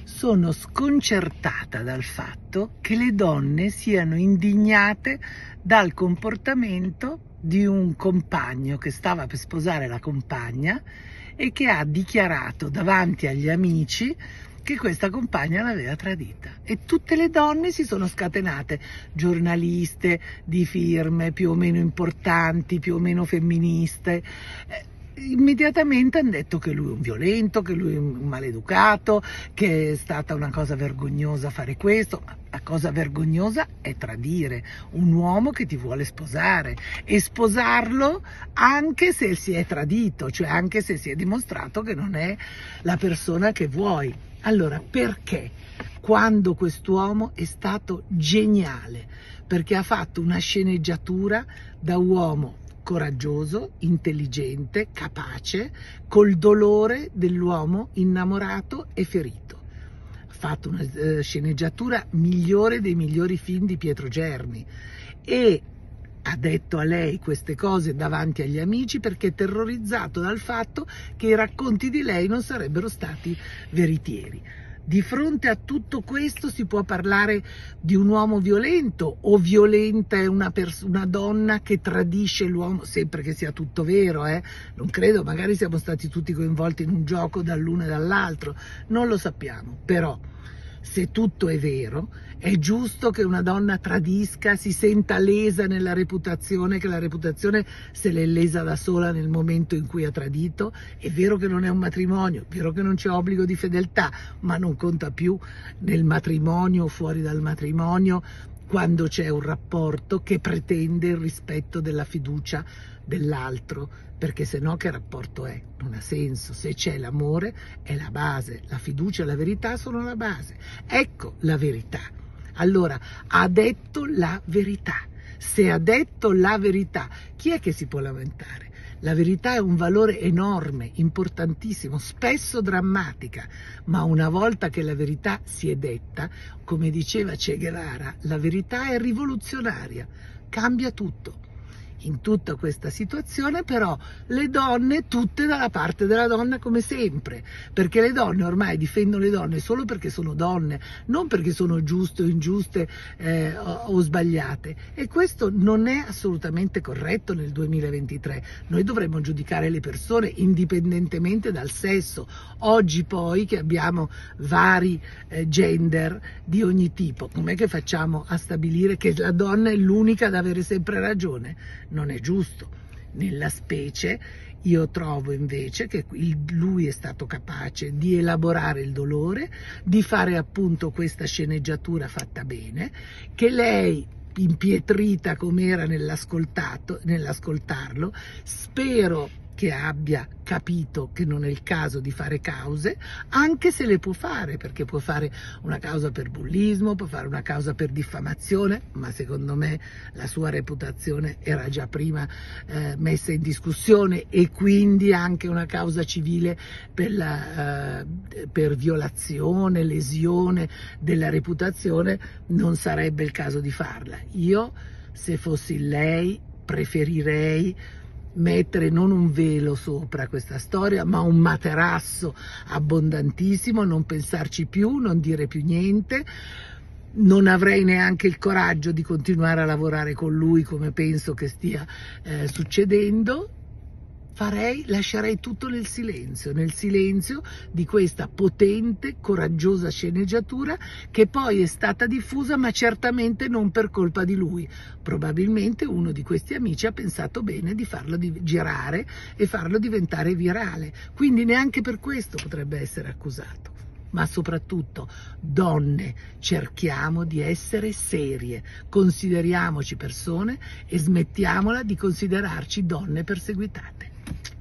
sono sconcertata dal fatto che le donne siano indignate dal comportamento di un compagno che stava per sposare la compagna e che ha dichiarato davanti agli amici che questa compagna l'aveva tradita, e tutte le donne si sono scatenate, giornaliste di firme più o meno importanti, più o meno femministe. Immediatamente hanno detto che lui è un violento, che lui è un maleducato, che è stata una cosa vergognosa fare questo. Ma la cosa vergognosa è tradire un uomo che ti vuole sposare, e sposarlo anche se si è tradito, cioè anche se si è dimostrato che non è la persona che vuoi. Allora, perché? Quando quest'uomo è stato geniale, perché ha fatto una sceneggiatura da uomo coraggioso, intelligente, capace, col dolore dell'uomo innamorato e ferito. Ha fatto una sceneggiatura migliore dei migliori film di Pietro Germi, e ha detto a lei queste cose davanti agli amici perché è terrorizzato dal fatto che i racconti di lei non sarebbero stati veritieri. Di fronte a tutto questo si può parlare di un uomo violento, o violenta è una donna che tradisce l'uomo, sempre che sia tutto vero, non credo, magari siamo stati tutti coinvolti in un gioco dall'uno e dall'altro, non lo sappiamo, però se tutto è vero, è giusto che una donna tradisca, si senta lesa nella reputazione, che la reputazione se l'è lesa da sola nel momento in cui ha tradito. È vero che non è un matrimonio, è vero che non c'è obbligo di fedeltà, ma non conta più nel matrimonio o fuori dal matrimonio, quando c'è un rapporto che pretende il rispetto della fiducia dell'altro, perché se no che rapporto è? Non ha senso. Se c'è l'amore è la base, la fiducia e la verità sono la base. Ecco la verità. Allora, ha detto la verità. Se ha detto la verità, chi è che si può lamentare? La verità è un valore enorme, importantissimo, spesso drammatica, ma una volta che la verità si è detta, come diceva Che Guevara, la verità è rivoluzionaria, cambia tutto. In tutta questa situazione però le donne tutte dalla parte della donna come sempre, perché le donne ormai difendono le donne solo perché sono donne, non perché sono giuste o ingiuste o sbagliate, e questo non è assolutamente corretto nel 2023. Noi dovremmo giudicare le persone indipendentemente dal sesso. Oggi poi che abbiamo vari gender di ogni tipo, com'è che facciamo a stabilire che la donna è l'unica ad avere sempre ragione? Non è giusto. Nella specie io trovo invece che lui è stato capace di elaborare il dolore, di fare appunto questa sceneggiatura fatta bene, che lei, impietrita com'era nell'ascoltarlo, spero che abbia capito che non è il caso di fare cause, anche se le può fare, perché può fare una causa per bullismo, può fare una causa per diffamazione, ma secondo me la sua reputazione era già prima messa in discussione, e quindi anche una causa civile per violazione, lesione della reputazione non sarebbe il caso di farla. Io, se fossi lei, preferirei mettere non un velo sopra questa storia, ma un materasso abbondantissimo, non pensarci più, non dire più niente. Non avrei neanche il coraggio di continuare a lavorare con lui, come penso che stia succedendo. Lascerei tutto nel silenzio di questa potente, coraggiosa sceneggiatura che poi è stata diffusa, ma certamente non per colpa di lui. Probabilmente uno di questi amici ha pensato bene di farlo girare e farlo diventare virale, quindi neanche per questo potrebbe essere accusato. Ma soprattutto, donne, cerchiamo di essere serie, consideriamoci persone e smettiamola di considerarci donne perseguitate.